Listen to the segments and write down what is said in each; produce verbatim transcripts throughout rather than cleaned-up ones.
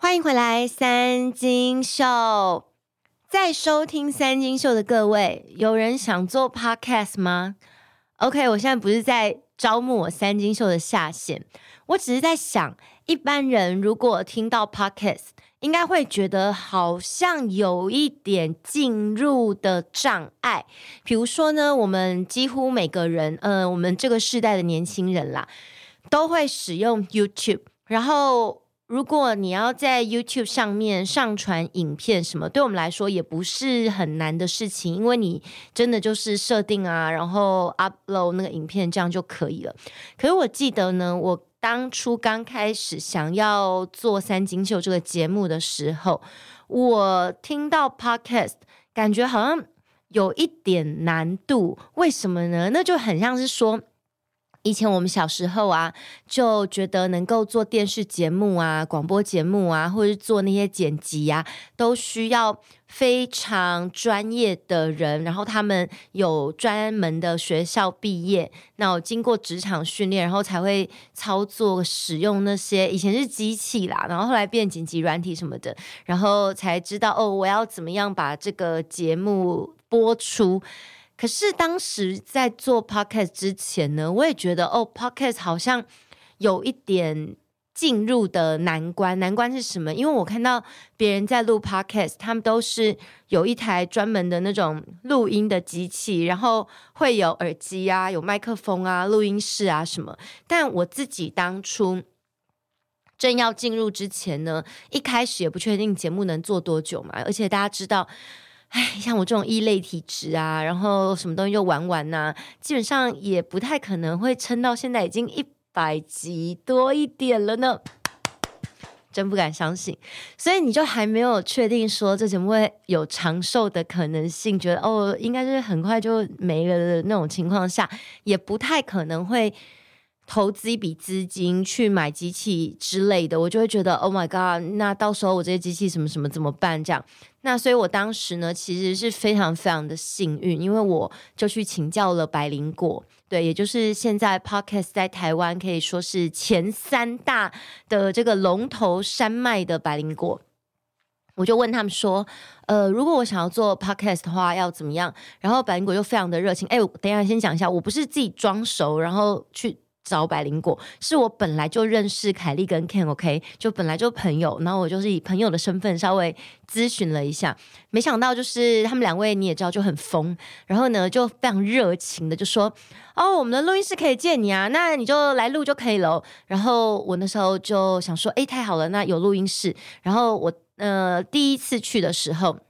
欢迎回来三金秀。在收听三金秀的各位，有人想做 podcast 吗？ OK， 我现在不是在招募我三金秀的下线，我只是在想，一般人如果听到 podcast， 应该会觉得好像有一点进入的障碍。比如说呢，我们几乎每个人，呃，我们这个世代的年轻人啦，都会使用 YouTube， 然后如果你要在 YouTube 上面上传影片什么，对我们来说也不是很难的事情，因为你真的就是设定啊，然后 upload 那个影片，这样就可以了。可是我记得呢，我当初刚开始想要做三金秀这个节目的时候，我听到 podcast 感觉好像有一点难度。为什么呢？那就很像是说，以前我们小时候啊，就觉得能够做电视节目啊、广播节目啊，或者是做那些剪辑啊，都需要非常专业的人，然后他们有专门的学校毕业，那有经过职场训练，然后才会操作使用那些以前是机器啦，然后后来变剪辑软体什么的，然后才知道哦，我要怎么样把这个节目播出。可是当时在做 podcast 之前呢，我也觉得哦 podcast 好像有一点进入的难关。难关是什么？因为我看到别人在录 podcast， 他们都是有一台专门的那种录音的机器，然后会有耳机啊，有麦克风啊，录音室啊什么。但我自己当初正要进入之前呢，一开始也不确定节目能做多久嘛，而且大家知道哎，像我这种异类体质啊，然后什么东西就玩玩啊，基本上也不太可能会撑到现在已经一百集多一点了呢，真不敢相信。所以你就还没有确定说这节目会有长寿的可能性，觉得哦应该是很快就没了的那种情况下，也不太可能会投资一笔资金去买机器之类的，我就会觉得 Oh my god， 那到时候我这些机器什么什么怎么办这样。那所以我当时呢其实是非常非常的幸运，因为我就去请教了百灵果，对，也就是现在 podcast 在台湾可以说是前三大的这个龙头山脉的百灵果。我就问他们说呃，如果我想要做 podcast 的话要怎么样，然后百灵果就非常的热情。哎，等一下先讲一下，我不是自己装熟然后去找百灵果，是我本来就认识凯莉跟 Ken， OK， 就本来就朋友，然后我就是以朋友的身份稍微咨询了一下，没想到就是他们两位你也知道就很疯，然后呢就非常热情的就说哦，我们的录音室可以借你啊，那你就来录就可以了。然后我那时候就想说，哎，太好了，那有录音室。然后我呃第一次去的时候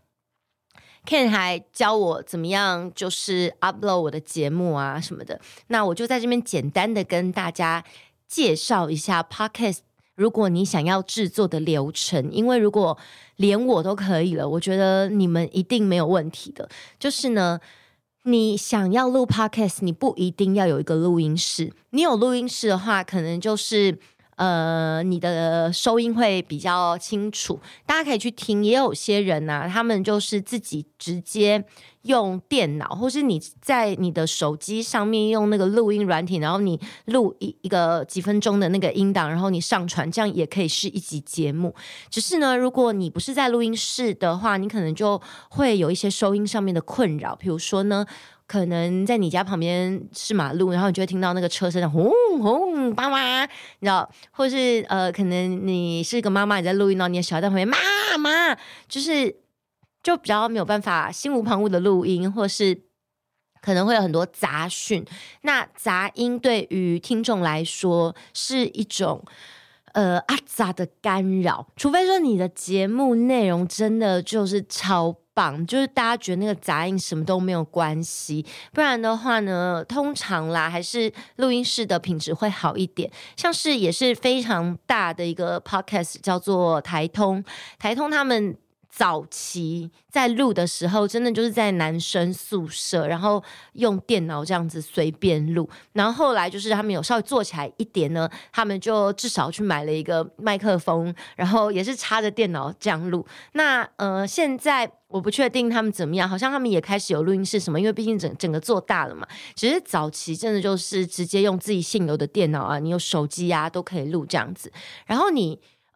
Ken 还教我怎么样就是 upload 我的节目啊什么的，那我就在这边简单的跟大家介绍一下 podcast 如果你想要制作的流程，因为如果连我都可以了，我觉得你们一定没有问题的。就是呢，你想要录 podcast 你不一定要有一个录音室，你有录音室的话可能就是呃，你的收音会比较清楚，大家可以去听。也有些人啊，他们就是自己直接用电脑，或是你在你的手机上面用那个录音软体，然后你录一一个几分钟的那个音档，然后你上传，这样也可以是一集节目。只是呢，如果你不是在录音室的话，你可能就会有一些收音上面的困扰，比如说呢，可能在你家旁边是马路，然后你就会听到那个车声轰轰叭叭，你知道，或是呃，可能你是个妈妈，你在录音，然后你的小孩在旁边妈妈，就是就比较没有办法心无旁骛的录音，或是可能会有很多杂讯。那杂音对于听众来说是一种呃阿杂的干扰，除非说你的节目内容真的就是超棒，就是大家觉得那个杂音什么都没有关系，不然的话呢，通常啦还是录音室的品质会好一点。像是也是非常大的一个 podcast 叫做台通，台通他们早期在录的时候真的就是在男生宿舍，然后用电脑这样子随便录，然后后来就是他们有稍微做起来一点呢，他们就至少去买了一个麦克风，然后也是插着电脑这样录。那呃现在我不确定他们怎么样，好像他们也开始有录音室什么，因为毕竟整整个做大了嘛。只是早期真的就是直接用自己现有的电脑啊，你有手机啊都可以录这样子。然后你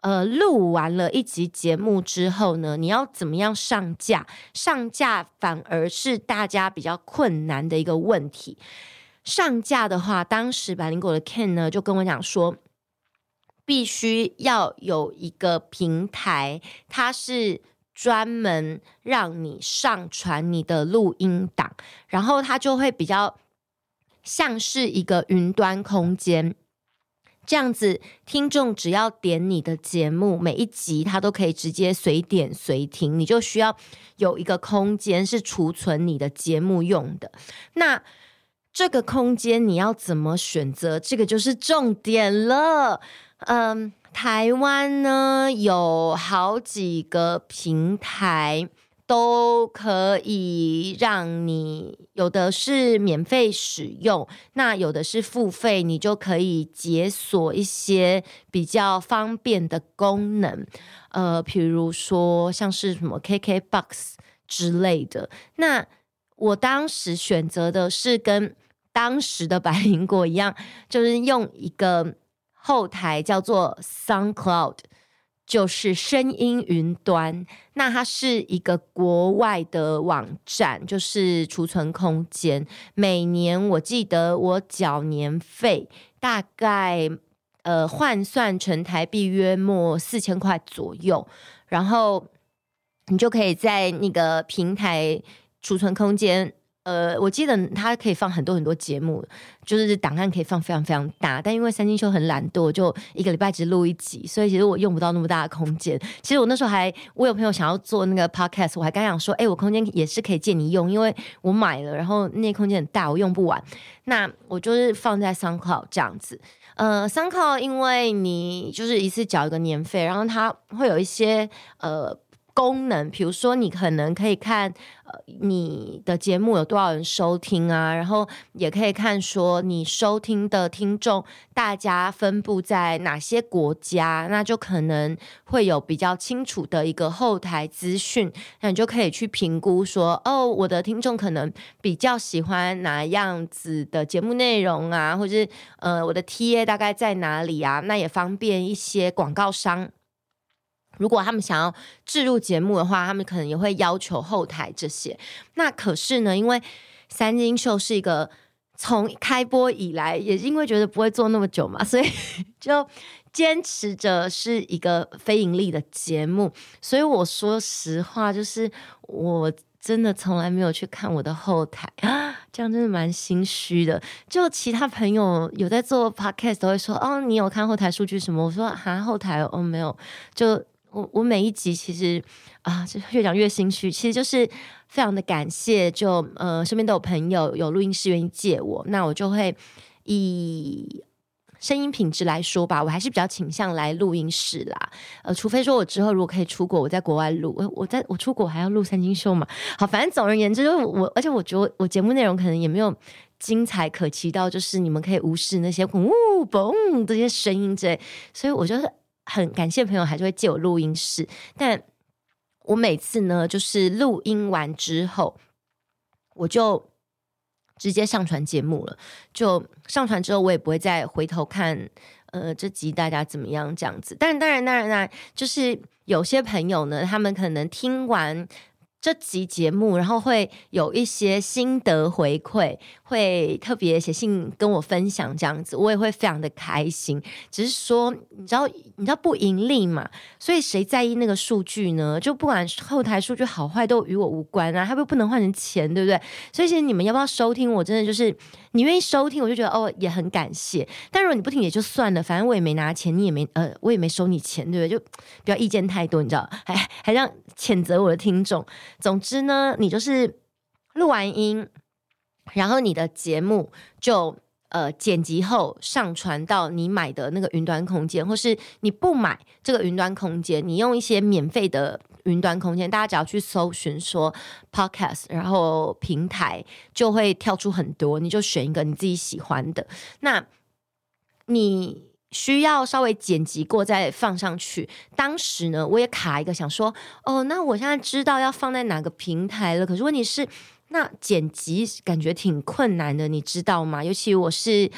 呃，录完了一集节目之后呢，你要怎么样上架？上架反而是大家比较困难的一个问题。上架的话，当时百灵果的 Ken 呢就跟我讲说，必须要有一个平台，它是专门让你上传你的录音档，然后它就会比较像是一个云端空间。这样子，听众只要点你的节目，每一集他都可以直接随点随听，你就需要有一个空间是储存你的节目用的。那这个空间你要怎么选择？这个就是重点了。嗯，台湾呢有好几个平台都可以让你，有的是免费使用，那有的是付费，你就可以解锁一些比较方便的功能，呃，比如说像是什么 K K B O X 之类的。那我当时选择的是跟当时的百灵果一样，就是用一个后台叫做 SoundCloud，就是声音云端。那它是一个国外的网站，就是储存空间。每年我记得我缴年费，大概呃换算成台币约莫四千块左右，然后你就可以在那个平台储存空间。呃，我记得它可以放很多很多节目，就是档案可以放非常非常大，但因为三金秀很懒惰，就一个礼拜只录一集，所以其实我用不到那么大的空间。其实我那时候还，我有朋友想要做那个 podcast， 我还刚想说，哎、欸，我空间也是可以借你用，因为我买了，然后那空间很大，我用不完。那我就是放在 SoundCloud 这样子。呃 ，SoundCloud 因为你就是一次缴一个年费，然后它会有一些呃。功能，比如说你可能可以看呃你的节目有多少人收听啊，然后也可以看说你收听的听众大家分布在哪些国家，那就可能会有比较清楚的一个后台资讯，那你就可以去评估说，哦，我的听众可能比较喜欢哪样子的节目内容啊，或者是呃我的 T A 大概在哪里啊，那也方便一些广告商。如果他们想要置入节目的话，他们可能也会要求后台这些。那可是呢，因为三金秀是一个从开播以来，也因为觉得不会做那么久嘛，所以就坚持着是一个非盈利的节目。所以我说实话，就是我真的从来没有去看我的后台啊，这样真的蛮心虚的。就其他朋友有在做 podcast 都会说，哦，你有看后台数据什么？我说哈，后台哦没有，就。我我每一集其实啊，越讲越心虚，其实就是非常的感谢，就呃身边都有朋友有录音师愿意借我，那我就会以声音品质来说吧，我还是比较倾向来录音室啦。呃，除非说我之后如果可以出国，我在国外录，我在我出国还要录三金秀嘛。好，反正总而言之，就是我，而且我觉得我节目内容可能也没有精彩可期到，就是你们可以无视那些呜嘣这些声音之类，所以我就是。很感谢朋友还是会借我录音室，但我每次呢就是录音完之后我就直接上传节目了，就上传之后我也不会再回头看呃这集大家怎么样这样子。但当然当然当然就是有些朋友呢，他们可能听完这集节目，然后会有一些心得回馈，会特别写信跟我分享这样子，我也会非常的开心。只是说你知道你知道不盈利嘛，所以谁在意那个数据呢？就不管后台数据好坏都与我无关啊，它又不能换成钱，对不对？所以其实你们要不要收听，我真的就是你愿意收听，我就觉得哦也很感谢。但如果你不听也就算了，反正我也没拿钱，你也没呃我也没收你钱，对不对？就不要意见太多，你知道，还还让谴责我的听众。总之呢，你就是录完音，然后你的节目就呃剪辑后上传到你买的那个云端空间，或是你不买这个云端空间，你用一些免费的云端空间，大家只要去搜寻说 podcast， 然后平台就会跳出很多，你就选一个你自己喜欢的。那你需要稍微剪辑过再放上去。当时呢，我也卡一个想说，哦，那我现在知道要放在哪个平台了。可是问题是，那剪辑感觉挺困难的，你知道吗？尤其我是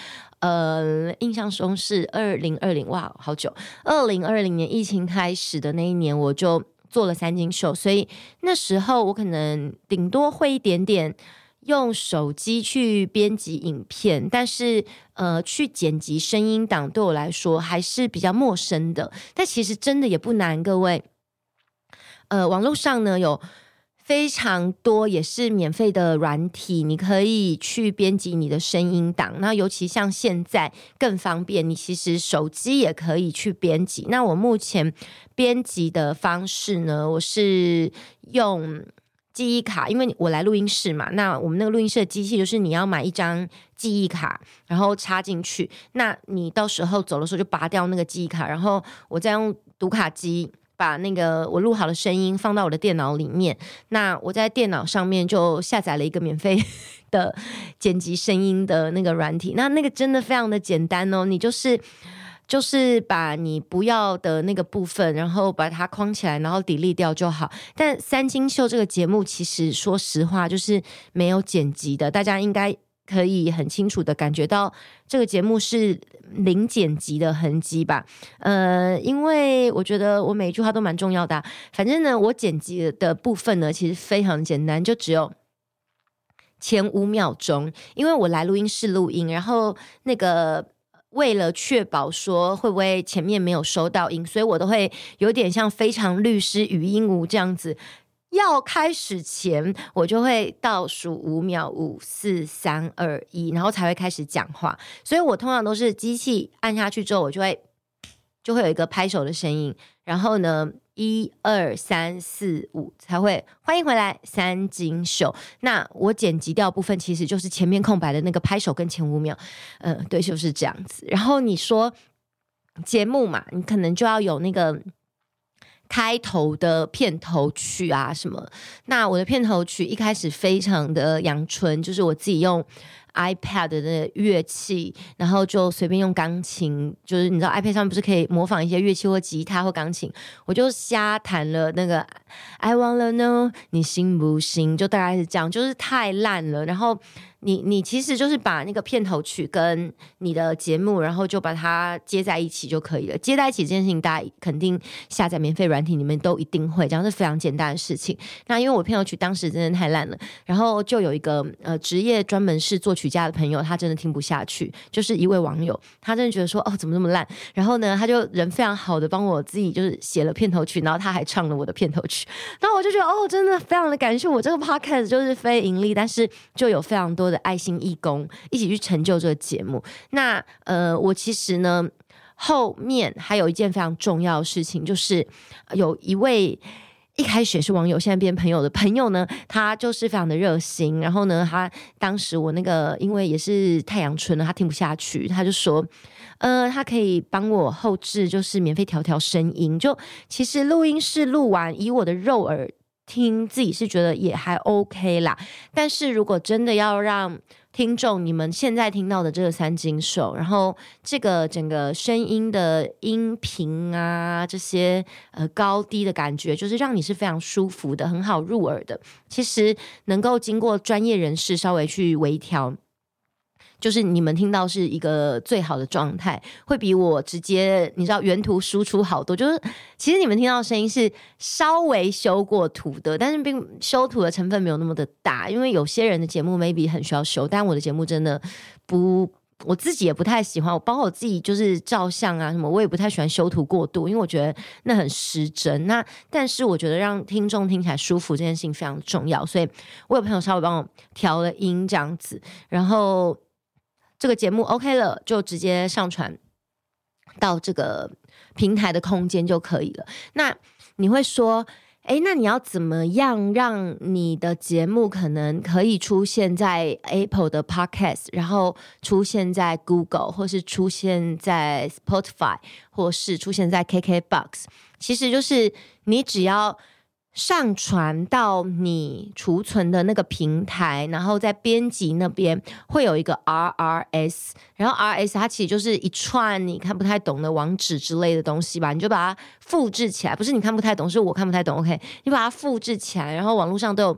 呃，印象中是二零二零，哇，好久，二零二零年疫情开始的那一年，我就做了三金秀，所以那时候我可能顶多会一点点用手机去编辑影片，但是呃，去剪辑声音档对我来说还是比较陌生的。但其实真的也不难，各位，呃，网络上呢有非常多也是免费的软体，你可以去编辑你的声音档。那尤其像现在更方便，你其实手机也可以去编辑。那我目前编辑的方式呢，我是用记忆卡，因为我来录音室嘛，那我们那个录音室的机器就是你要买一张记忆卡，然后插进去，那你到时候走的时候就拔掉那个记忆卡，然后我再用读卡机把那个我录好的声音放到我的电脑里面。那我在电脑上面就下载了一个免费的剪辑声音的那个软体，那那个真的非常的简单哦，你就是就是把你不要的那个部分，然后把它框起来，然后 delete 掉就好。但三金秀这个节目其实说实话就是没有剪辑的，大家应该可以很清楚的感觉到这个节目是零剪辑的痕迹吧。呃，因为我觉得我每一句话都蛮重要的啊，反正呢我剪辑的部分呢其实非常简单，就只有前五秒钟，因为我来录音室录音，然后那个为了确保说会不会前面没有收到音，所以我都会有点像非常律师语音无这样子，要开始前我就会倒数五秒，五四三二一，然后才会开始讲话。所以我通常都是机器按下去之后，我就会就会有一个拍手的声音，然后呢一二三四五才会欢迎回来三金秀。那我剪辑掉部分其实就是前面空白的那个拍手跟前五秒，呃，对，就是这样子。然后你说节目嘛，你可能就要有那个开头的片头曲啊什么。那我的片头曲一开始非常的阳春，就是我自己用 iPad 的乐器，然后就随便用钢琴，就是你知道 iPad 上面不是可以模仿一些乐器或吉他或钢琴，我就瞎弹了那个 I wanna know 你信不信，就大概是这样，就是太烂了。然后你你其实就是把那个片头曲跟你的节目，然后就把它接在一起就可以了。接在一起这件事情，大家肯定下载免费软体，你们都一定会，这样是非常简单的事情。那因为我片头曲当时真的太烂了，然后就有一个呃职业专门是作曲家的朋友，他真的听不下去，就是一位网友，他真的觉得说哦怎么这么烂，然后呢他就人非常好的帮我自己就是写了片头曲，然后他还唱了我的片头曲，然后我就觉得哦真的非常的感谢，我这个 podcast 就是非盈利，但是就有非常多的爱心义工一起去成就这个节目。那呃，我其实呢，后面还有一件非常重要的事情，就是有一位一开始也是网友，现在变朋友的朋友呢，他就是非常的热心。然后呢，他当时我那个因为也是太阳春了，他听不下去，他就说，呃，他可以帮我后置，就是免费调调声音。就其实录音室录完，以我的肉耳听自己是觉得也还 OK 啦，但是如果真的要让听众你们现在听到的这个三金秀，然后这个整个声音的音频啊，这些呃高低的感觉，就是让你是非常舒服的，很好入耳的，其实能够经过专业人士稍微去微调，就是你们听到是一个最好的状态，会比我直接你知道原图输出好多。就是其实你们听到的声音是稍微修过图的，但是并修图的成分没有那么的大，因为有些人的节目 maybe 很需要修，但我的节目真的不，我自己也不太喜欢，我包括我自己就是照相啊什么，我也不太喜欢修图过度，因为我觉得那很失真。那但是我觉得让听众听起来舒服这件事情非常重要，所以我有朋友稍微帮我调了音这样子，然后这个节目 OK 了，就直接上传到这个平台的空间就可以了。那你会说，哎，那你要怎么样让你的节目可能可以出现在 Apple 的 Podcast， 然后出现在 Google， 或是出现在 Spotify， 或是出现在 K K B O X？ 其实就是你只要上传到你储存的那个平台，然后在编辑那边会有一个 R R S， 然后 R S 它其实就是一串你看不太懂的网址之类的东西吧，你就把它复制起来，不是你看不太懂，是我看不太懂 OK， 你把它复制起来，然后网络上都有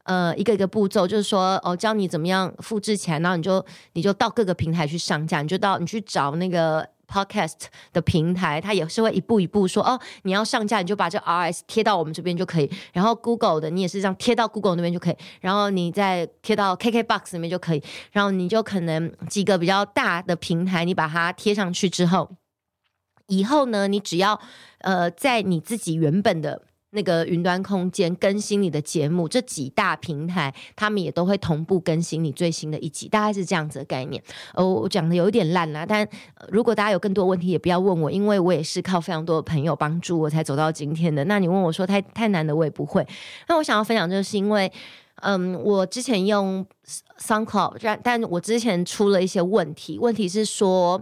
呃一个一个步骤，就是说哦教你怎么样复制起来，然后你就你就到各个平台去上架，你就到你去找那个podcast 的平台，它也是会一步一步说哦，你要上架你就把这 R S 贴到我们这边就可以，然后 Google 的你也是这样贴到 Google 那边就可以，然后你再贴到 K K B O X 那边就可以，然后你就可能几个比较大的平台你把它贴上去之后，以后呢你只要呃在你自己原本的那个云端空间更新你的节目，这几大平台他们也都会同步更新你最新的一集，大概是这样子的概念。呃，我讲的有一点烂啦，但、呃、如果大家有更多问题也不要问我，因为我也是靠非常多的朋友帮助我才走到今天的。那你问我说太太难的我也不会。那我想要分享就是因为嗯，我之前用 SoundCloud， 但我之前出了一些问题，问题是说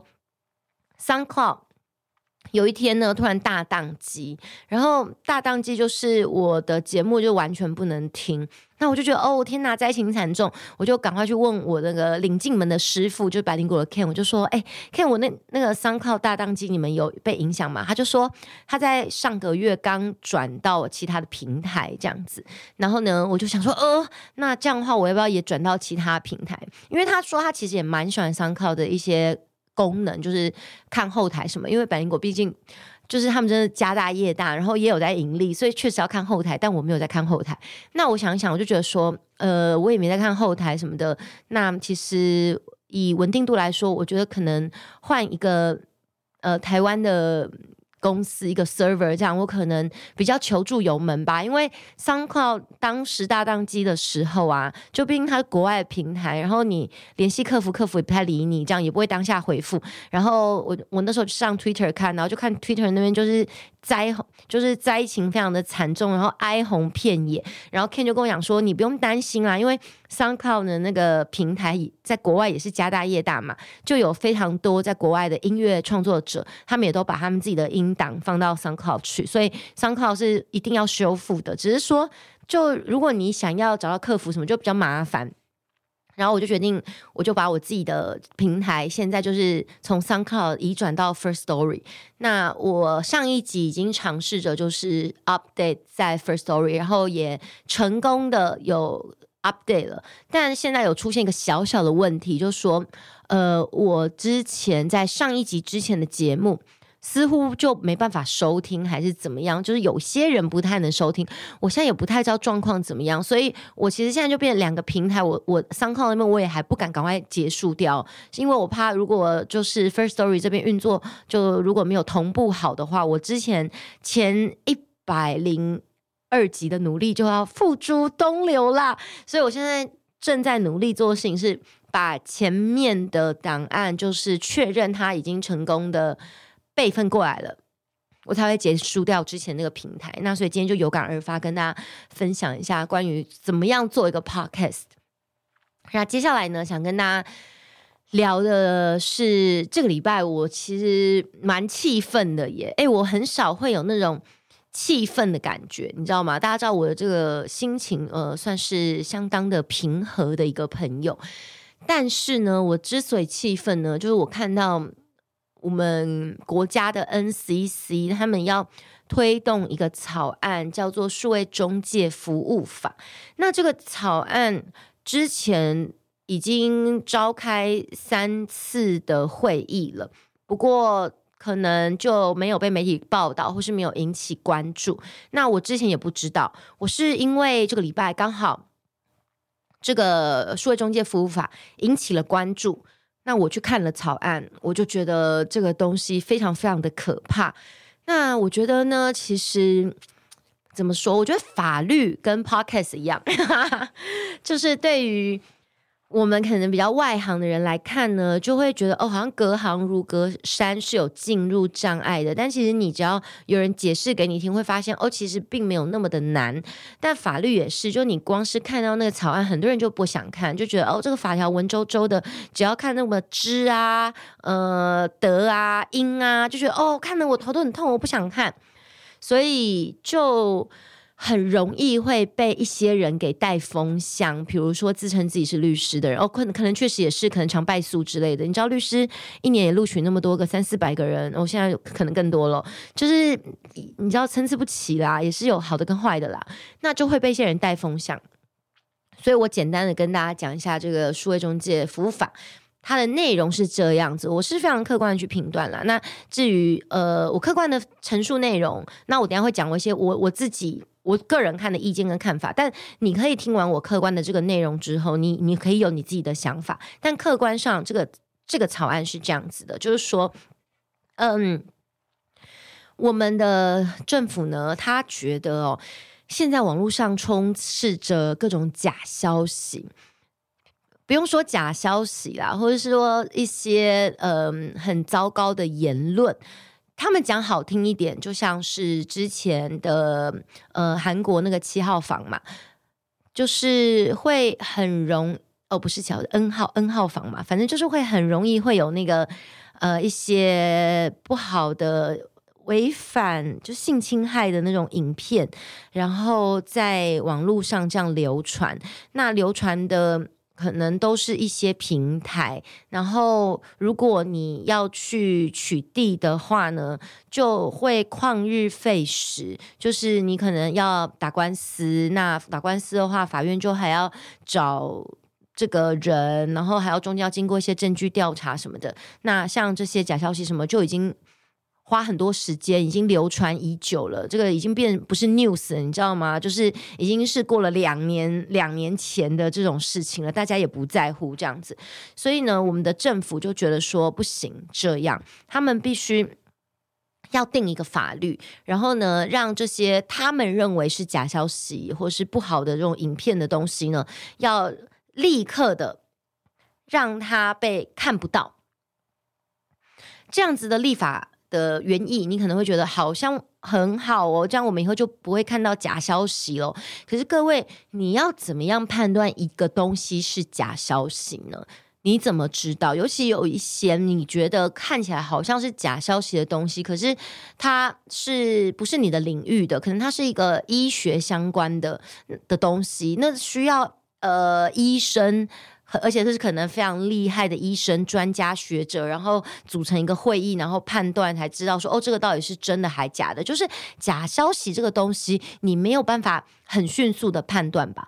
SoundCloud有一天呢突然大宕机，然后大宕机就是我的节目就完全不能听，那我就觉得哦天哪灾情惨重，我就赶快去问我那个领进门的师傅，就是百灵果的 Ken， 我就说哎、欸、Ken 我那那个SoundCloud大宕机你们有被影响吗？他就说他在上个月刚转到其他的平台这样子，然后呢我就想说呃那这样的话我要不要也转到其他平台，因为他说他其实也蛮喜欢 SoundCloud 的一些功能，就是看后台什么，因为百灵果毕竟就是他们真的家大业大，然后也有在盈利，所以确实要看后台，但我没有在看后台。那我想一想我就觉得说呃，我也没在看后台什么的，那其实以稳定度来说我觉得可能换一个呃台湾的公司一个 server 这样，我可能比较求助有门吧。因为 SoundCloud 当时大宕机的时候啊，就毕竟它是国外的平台，然后你联系客服，客服也不太理你，这样也不会当下回复。然后我我那时候就上 Twitter 看，然后就看 Twitter 那边就是灾就是灾情非常的惨重，然后哀鸿遍野。然后 Ken 就跟我讲说，你不用担心啦，因为 SoundCloud 的那个平台在国外也是家大业大嘛，就有非常多在国外的音乐创作者，他们也都把他们自己的音档放到 SoundCloud 去，所以 SoundCloud 是一定要修复的，只是说就如果你想要找到客服什么就比较麻烦。然后我就决定我就把我自己的平台现在就是从 SoundCloud 移转到 First Story。 那我上一集已经尝试着就是 update 在 First Story， 然后也成功的有 update 了，但现在有出现一个小小的问题，就是说呃，我之前在上一集之前的节目似乎就没办法收听还是怎么样，就是有些人不太能收听，我现在也不太知道状况怎么样，所以我其实现在就变成两个平台，我我SoundCloud那边我也还不敢赶快结束掉，因为我怕如果就是 First Story 这边运作就如果没有同步好的话，我之前前一百零二集的努力就要付诸东流啦。所以我现在正在努力做的事情是把前面的档案就是确认它已经成功的备份过来了，我才会结束掉之前那个平台。那所以今天就有感而发跟大家分享一下关于怎么样做一个 podcast。 那接下来呢想跟大家聊的是这个礼拜我其实蛮气愤的耶，诶，我很少会有那种气愤的感觉，你知道吗？大家知道我的这个心情呃，算是相当的平和的一个朋友，但是呢我之所以气愤呢，就是我看到我们国家的 N C C 他们要推动一个草案叫做数位中介服务法。那这个草案之前已经召开三次的会议了，不过可能就没有被媒体报道或是没有引起关注。那我之前也不知道，我是因为这个礼拜刚好这个数位中介服务法引起了关注，那我去看了草案，我就觉得这个东西非常非常的可怕。那我觉得呢，其实怎么说，我觉得法律跟 podcast 一样就是对于我们可能比较外行的人来看呢，就会觉得哦，好像隔行如隔山，是有进入障碍的。但其实你只要有人解释给你听，会发现哦，其实并没有那么的难。但法律也是，就你光是看到那个草案，很多人就不想看，就觉得哦，这个法条文绉绉的，只要看那么知啊、呃德啊、英啊，就觉得哦，看得我头都很痛，我不想看。所以就很容易会被一些人给带风向，比如说自称自己是律师的人，哦，可能可能确实也是，可能常败诉之类的。你知道律师一年也录取那么多个三四百个人，哦，现在可能更多了，就是你知道参差不齐啦，也是有好的跟坏的啦，那就会被一些人带风向。 所以我简单的跟大家讲一下这个数位中介服务法。它的内容是这样子，我是非常客观的去评断啦。那至于呃，我客观的陈述内容，那我等一下会讲我一些我我自己我个人看的意见跟看法。但你可以听完我客观的这个内容之后，你你可以有你自己的想法。但客观上，这个这个草案是这样子的，就是说，嗯，我们的政府呢，他觉得哦，现在网络上充斥着各种假消息。不用说假消息啦，或者是说一些嗯、呃、很糟糕的言论，他们讲好听一点，就像是之前的呃韩国那个七号房嘛，就是会很容哦不是七号 N 号 N 号房嘛，反正就是会很容易会有那个呃一些不好的违反就性侵害的那种影片，然后在网络上这样流传，那流传的可能都是一些平台，然后如果你要去取缔的话呢，就会旷日费时，就是你可能要打官司，那打官司的话，法院就还要找这个人，然后还要中间要经过一些证据调查什么的。那像这些假消息什么就已经花很多时间，已经流传已久了，这个已经变不是 news 了，你知道吗？就是已经是过了两年两年前的这种事情了，大家也不在乎这样子。所以呢，我们的政府就觉得说不行，这样他们必须要定一个法律，然后呢，让这些他们认为是假消息或是不好的这种影片的东西呢，要立刻的让它被看不到。这样子的立法的原意，你可能会觉得好像很好哦，这样我们以后就不会看到假消息了。可是各位，你要怎么样判断一个东西是假消息呢？你怎么知道？尤其有一些你觉得看起来好像是假消息的东西，可是它是不是你的领域的？可能它是一个医学相关的的东西，那需要呃医生。而且这是可能非常厉害的医生、专家学者，然后组成一个会议，然后判断才知道说，哦，这个到底是真的还假的。就是假消息这个东西，你没有办法很迅速的判断吧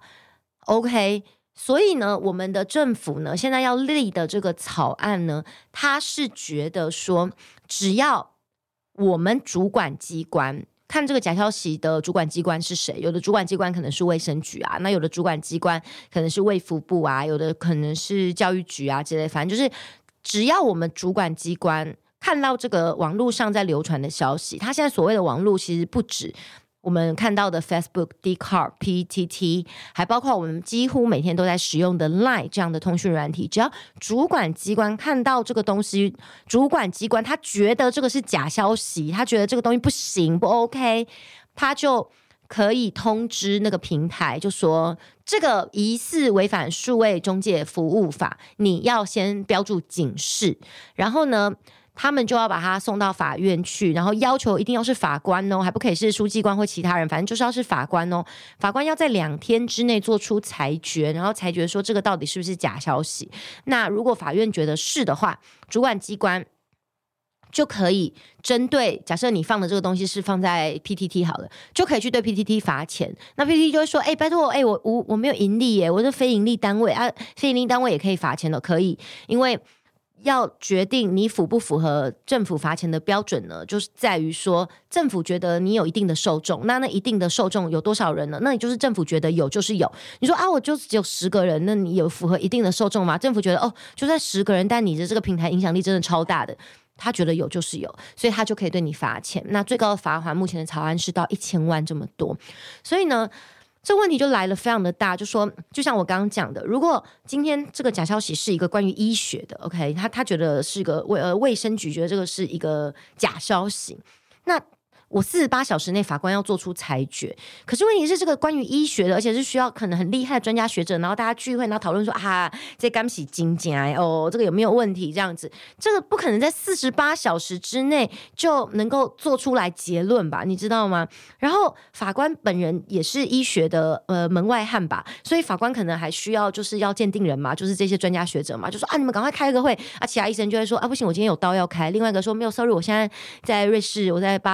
？OK， 所以呢，我们的政府呢，现在要立的这个草案呢，他是觉得说，只要我们主管机关。看这个假消息的主管机关是谁，有的主管机关可能是卫生局啊，那有的主管机关可能是卫福部啊，有的可能是教育局啊之类，反正就是只要我们主管机关看到这个网络上在流传的消息，它现在所谓的网络其实不止我们看到的 Facebook、Dcard、P T T， 还包括我们几乎每天都在使用的 Line 这样的通讯软体。只要主管机关看到这个东西，主管机关他觉得这个是假消息，他觉得这个东西不行不 OK， 他就可以通知那个平台，就说这个疑似违反数位中介服务法，你要先标注警示，然后呢他们就要把他送到法院去，然后要求一定要是法官哦，还不可以是书记官或其他人，反正就是要是法官哦。法官要在两天之内做出裁决，然后裁决说这个到底是不是假消息。那如果法院觉得是的话，主管机关就可以针对，假设你放的这个东西是放在 P T T 好了，就可以去对 P T T 罚钱。那 P T T 就会说，哎、欸，拜托，哎、欸，我我我没有盈利耶，我是非盈利单位啊，非盈利单位也可以罚钱的，可以，因为。要决定你符不符合政府罚钱的标准呢，就是在于说政府觉得你有一定的受众，那那一定的受众有多少人呢？那你就是政府觉得有就是有。你说啊，我就只有十个人，那你有符合一定的受众吗？政府觉得哦，就算十个人，但你的这个平台影响力真的超大的，他觉得有就是有，所以他就可以对你罚钱。那最高的罚款目前的草案是到一千万这么多，所以呢。这问题就来了非常的大，就说就像我刚刚讲的，如果今天这个假消息是一个关于医学的 OK， 他他觉得是一个卫呃卫生局觉得这个是一个假消息，那我四十八小时内法官要做出裁决，可是问题是这个关于医学的，而且是需要可能很厉害的专家学者，然后大家聚会，然后讨论说啊，这干洗精简哦，这个有没有问题？这样子，这个不可能在四十八小时之内就能够做出来结论吧？你知道吗？然后法官本人也是医学的呃门外汉吧，所以法官可能还需要就是要鉴定人嘛，就是这些专家学者嘛，就说啊，你们赶快开个会啊，其他医生就会说啊，不行，我今天有刀要开，另外一个说没有 ，sorry， 我现在在瑞士，我在巴黎，我在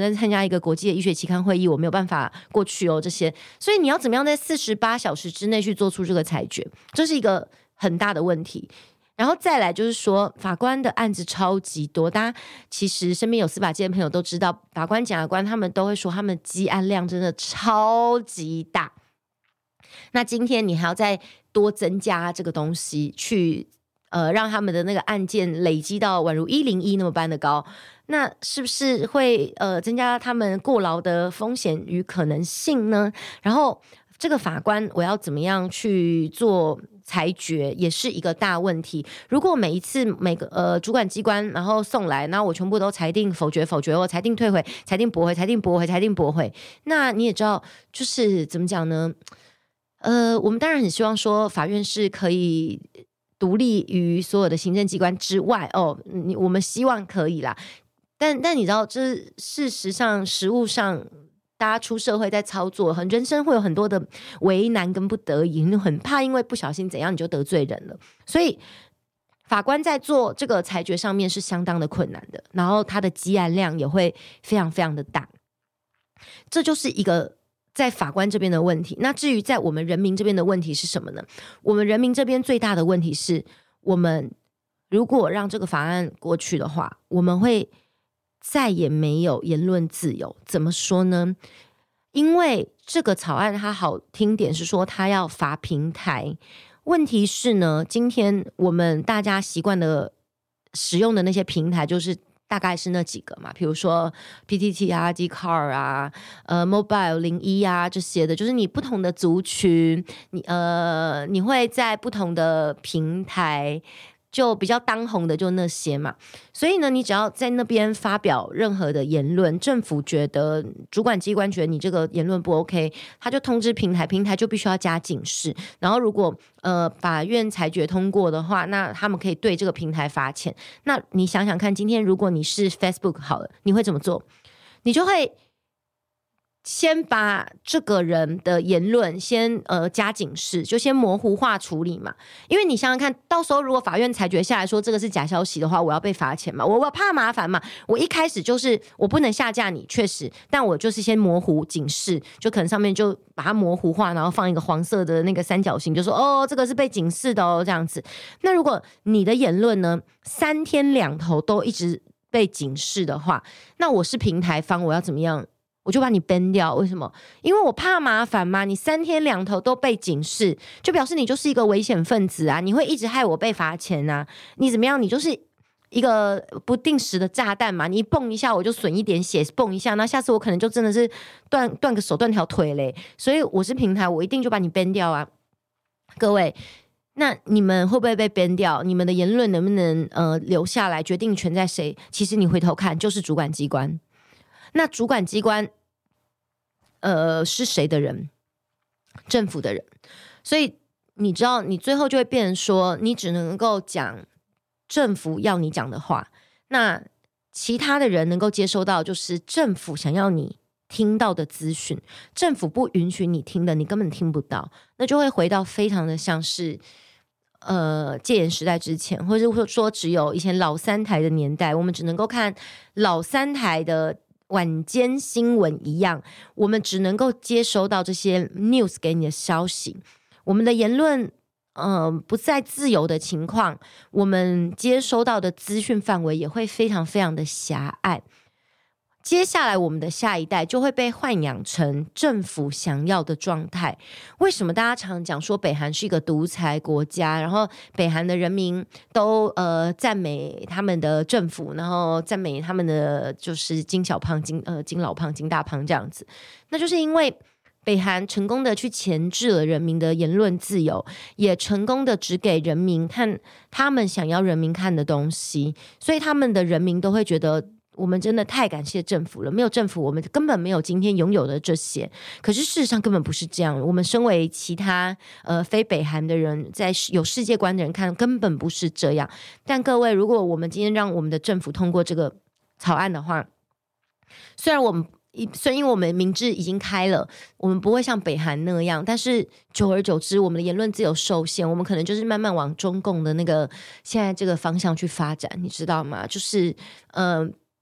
在参加一个国际的医学期刊会议，我没有办法过去哦，这些，所以你要怎么样在四十八小时之内去做出这个裁决，这是一个很大的问题。然后再来就是说，法官的案子超级多，大家其实身边有司法界的朋友都知道，法官、检察官他们都会说，他们积案量真的超级大。那今天你还要再多增加这个东西，去呃让他们的那个案件累积到宛如一零一那么般的高，那是不是会呃增加他们过劳的风险与可能性呢？然后这个法官我要怎么样去做裁决也是一个大问题。如果每一次每个呃主管机关然后送来，然后我全部都裁定否决否决，我裁定退回，裁定驳回，裁定驳回，裁定驳回，那你也知道就是怎么讲呢？呃，我们当然很希望说法院是可以独立于所有的行政机关之外哦，你我们希望可以啦。但但你知道，这事实上实务上，大家出社会在操作，很人生会有很多的为难跟不得已，你很怕因为不小心怎样你就得罪人了，所以法官在做这个裁决上面是相当的困难的，然后他的积案量也会非常非常的大，这就是一个在法官这边的问题。那至于在我们人民这边的问题是什么呢？我们人民这边最大的问题是，我们如果让这个法案过去的话，我们会再也没有言论自由。怎么说呢？因为这个草案它好听点是说它要罚平台，问题是呢，今天我们大家习惯的使用的那些平台就是大概是那几个嘛，比如说 P T T 啊、Dcard 啊、呃 Mobile 零一啊这些的，就是你不同的族群，你呃你会在不同的平台。就比较当红的就那些嘛，所以呢，你只要在那边发表任何的言论，政府觉得主管机关觉得你这个言论不 OK， 他就通知平台，平台就必须要加警示。然后如果呃法院裁决通过的话，那他们可以对这个平台罚钱。那你想想看，今天如果你是 Facebook 好了，你会怎么做？你就会先把这个人的言论先呃加警示，就先模糊化处理嘛。因为你想想看，到时候如果法院裁决下来说这个是假消息的话，我要被罚钱嘛，我我怕麻烦嘛。我一开始就是我不能下架你，确实，但我就是先模糊警示，就可能上面就把它模糊化，然后放一个黄色的那个三角形，就说哦这个是被警示的哦这样子。那如果你的言论呢三天两头都一直被警示的话，那我是平台方，我要怎么样？我就把你 ban 掉，为什么？因为我怕麻烦嘛，你三天两头都被警示，就表示你就是一个危险分子啊，你会一直害我被罚钱啊，你怎么样？你就是一个不定时的炸弹嘛，你蹦一下我就损一点血，蹦一下，那下次我可能就真的是断断个手断条腿嘞，所以我是平台，我一定就把你 ban 掉啊，各位。那你们会不会被 ban 掉？你们的言论能不能呃留下来？决定权在谁？其实你回头看，就是主管机关。那主管机关呃是谁的人？政府的人。所以你知道，你最后就会变成说，你只能够讲政府要你讲的话，那其他的人能够接收到就是政府想要你听到的资讯，政府不允许你听的，你根本听不到，那就会回到非常的像是呃戒严时代之前，或者说只有以前老三台的年代，我们只能够看老三台的晚间新闻一样，我们只能够接收到这些 news 给你的消息，我们的言论呃不再自由的情况，我们接收到的资讯范围也会非常非常的狭隘。接下来我们的下一代就会被豢养成政府想要的状态。为什么大家常讲说北韩是一个独裁国家，然后北韩的人民都呃赞美他们的政府，然后赞美他们的就是金小胖、金呃金老胖、金大胖这样子？那就是因为北韩成功的去钳制了人民的言论自由，也成功的只给人民看他们想要人民看的东西，所以他们的人民都会觉得我们真的太感谢政府了，没有政府我们根本没有今天拥有的这些。可是事实上根本不是这样，我们身为其他呃非北韩的人，在有世界观的人看根本不是这样。但各位，如果我们今天让我们的政府通过这个草案的话，虽然我们虽然因为我们明智已经开了，我们不会像北韩那样，但是久而久之我们的言论自由受限，我们可能就是慢慢往中共的那个现在这个方向去发展，你知道吗？就是呃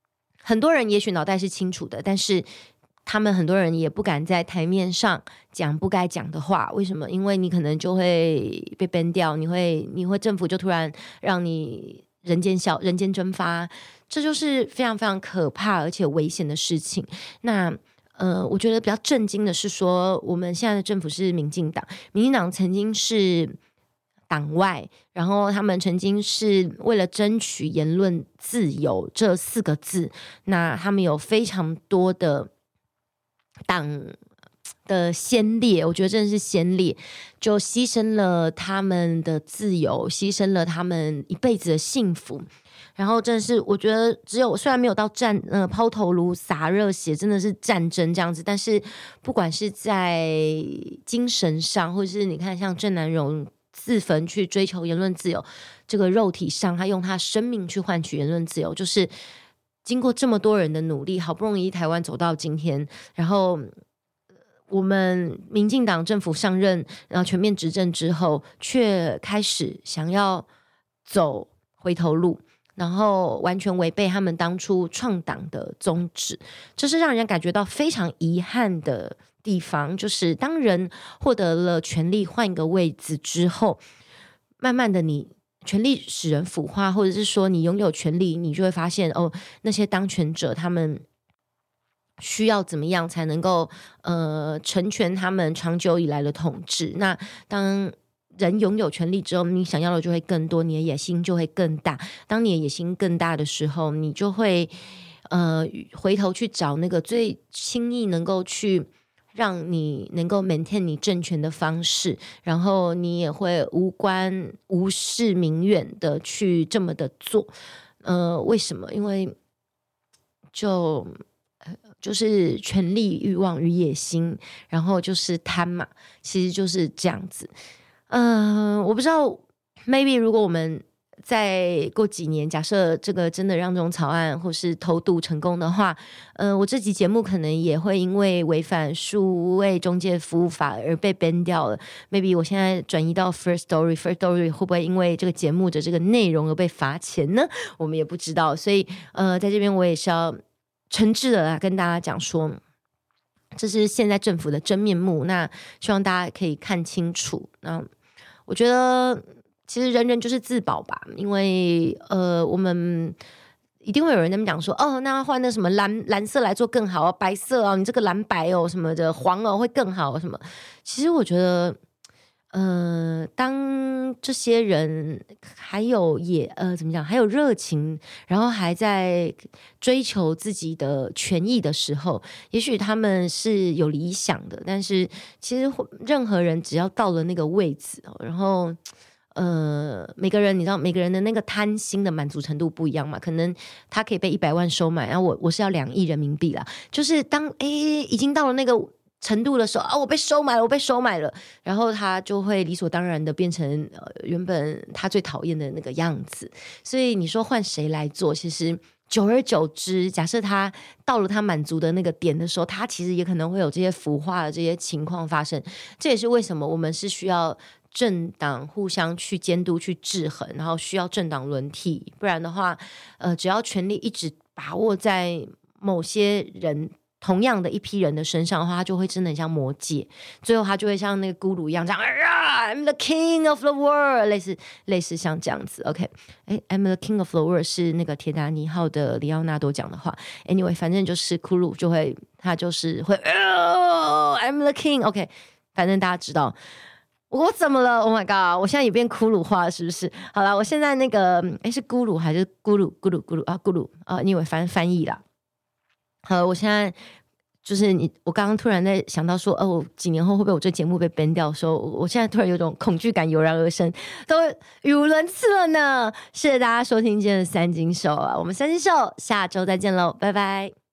很多人也许脑袋是清楚的，但是他们很多人也不敢在台面上讲不该讲的话。为什么？因为你可能就会被 ban 掉，你会你会政府就突然让你人间消人间蒸发，这就是非常非常可怕而且危险的事情。那呃，我觉得比较震惊的是说，我们现在的政府是民进党，民进党曾经是党外，然后他们曾经是为了争取言论自由这四个字，那他们有非常多的党的先烈，我觉得真的是先烈，就牺牲了他们的自由，牺牲了他们一辈子的幸福。然后真的是，我觉得只有虽然没有到战呃抛头颅洒热血，真的是战争这样子，但是不管是在精神上，或者是你看像郑南榕自焚去追求言论自由，这个肉体上他用他生命去换取言论自由，就是经过这么多人的努力，好不容易台湾走到今天，然后我们民进党政府上任，然后全面执政之后，却开始想要走回头路，然后完全违背他们当初创党的宗旨，这是让人家感觉到非常遗憾的地方。就是当人获得了权力，换一个位置之后，慢慢的你权力使人腐化，或者是说你拥有权力，你就会发现哦，那些当权者他们需要怎么样才能够呃成全他们长久以来的统治。那当人拥有权力之后，你想要的就会更多，你的野心就会更大。当你的野心更大的时候，你就会呃回头去找那个最轻易能够去让你能够 maintain 你政权的方式，然后你也会无关无视民怨的去这么的做。呃，为什么？因为就就是权力、欲望与野心，然后就是贪嘛，其实就是这样子。嗯、呃，我不知道 maybe 如果我们再过几年，假设这个真的让这种草案或是偷渡成功的话，呃，我这集节目可能也会因为违反数位中介服务法而被 ban 掉了。maybe 我现在转移到 First Story，First Story 会不会因为这个节目的这个内容而被罚钱呢？我们也不知道。所以呃，在这边我也是要诚挚的来跟大家讲说，这是现在政府的真面目，那希望大家可以看清楚。那我觉得其实人人就是自保吧，因为呃，我们一定会有人在那边讲说，哦，那换那什么蓝蓝色来做更好啊，白色啊，你这个蓝白哦什么的，黄哦会更好什么。其实我觉得，呃，当这些人还有也呃怎么讲，还有热情，然后还在追求自己的权益的时候，也许他们是有理想的，但是其实任何人只要到了那个位置，然后呃，每个人你知道，每个人的那个贪心的满足程度不一样嘛，可能他可以被一百万收买，然后我我是要两亿人民币啦，就是当诶已经到了那个程度的时候啊，我被收买了，我被收买了，然后他就会理所当然的变成、呃、原本他最讨厌的那个样子。所以你说换谁来做，其实久而久之，假设他到了他满足的那个点的时候，他其实也可能会有这些腐化的这些情况发生。这也是为什么我们是需要政党互相去监督、去制衡，然后需要政党轮替，不然的话，呃，只要权力一直把握在某些人。同样的一批人的身上的话，他就会真的很像魔戒，最后他就会像那个咕噜一样这样、啊、I'm the king of the world， 类似类似像这样子。 OK， 哎 I'm the king of the world 是那个铁达尼号的里奥纳多讲的话。 Anyway， 反正就是咕噜就会他就是会、哦、I'm the king。 OK， 反正大家知道我怎么了。 Oh my god， 我现在也变骷髅化了是不是？好啦，我现在那个哎是咕噜还是咕噜咕噜咕噜啊咕噜啊，你以为翻翻译啦。好，我现在就是你，我刚刚突然在想到说，哦，几年后会不会我这节目被 ban 掉的时候，我现在突然有种恐惧感油然而生，都语无伦次了呢。谢谢大家收听今天的三金秀啊，我们三金秀下周再见喽，拜拜。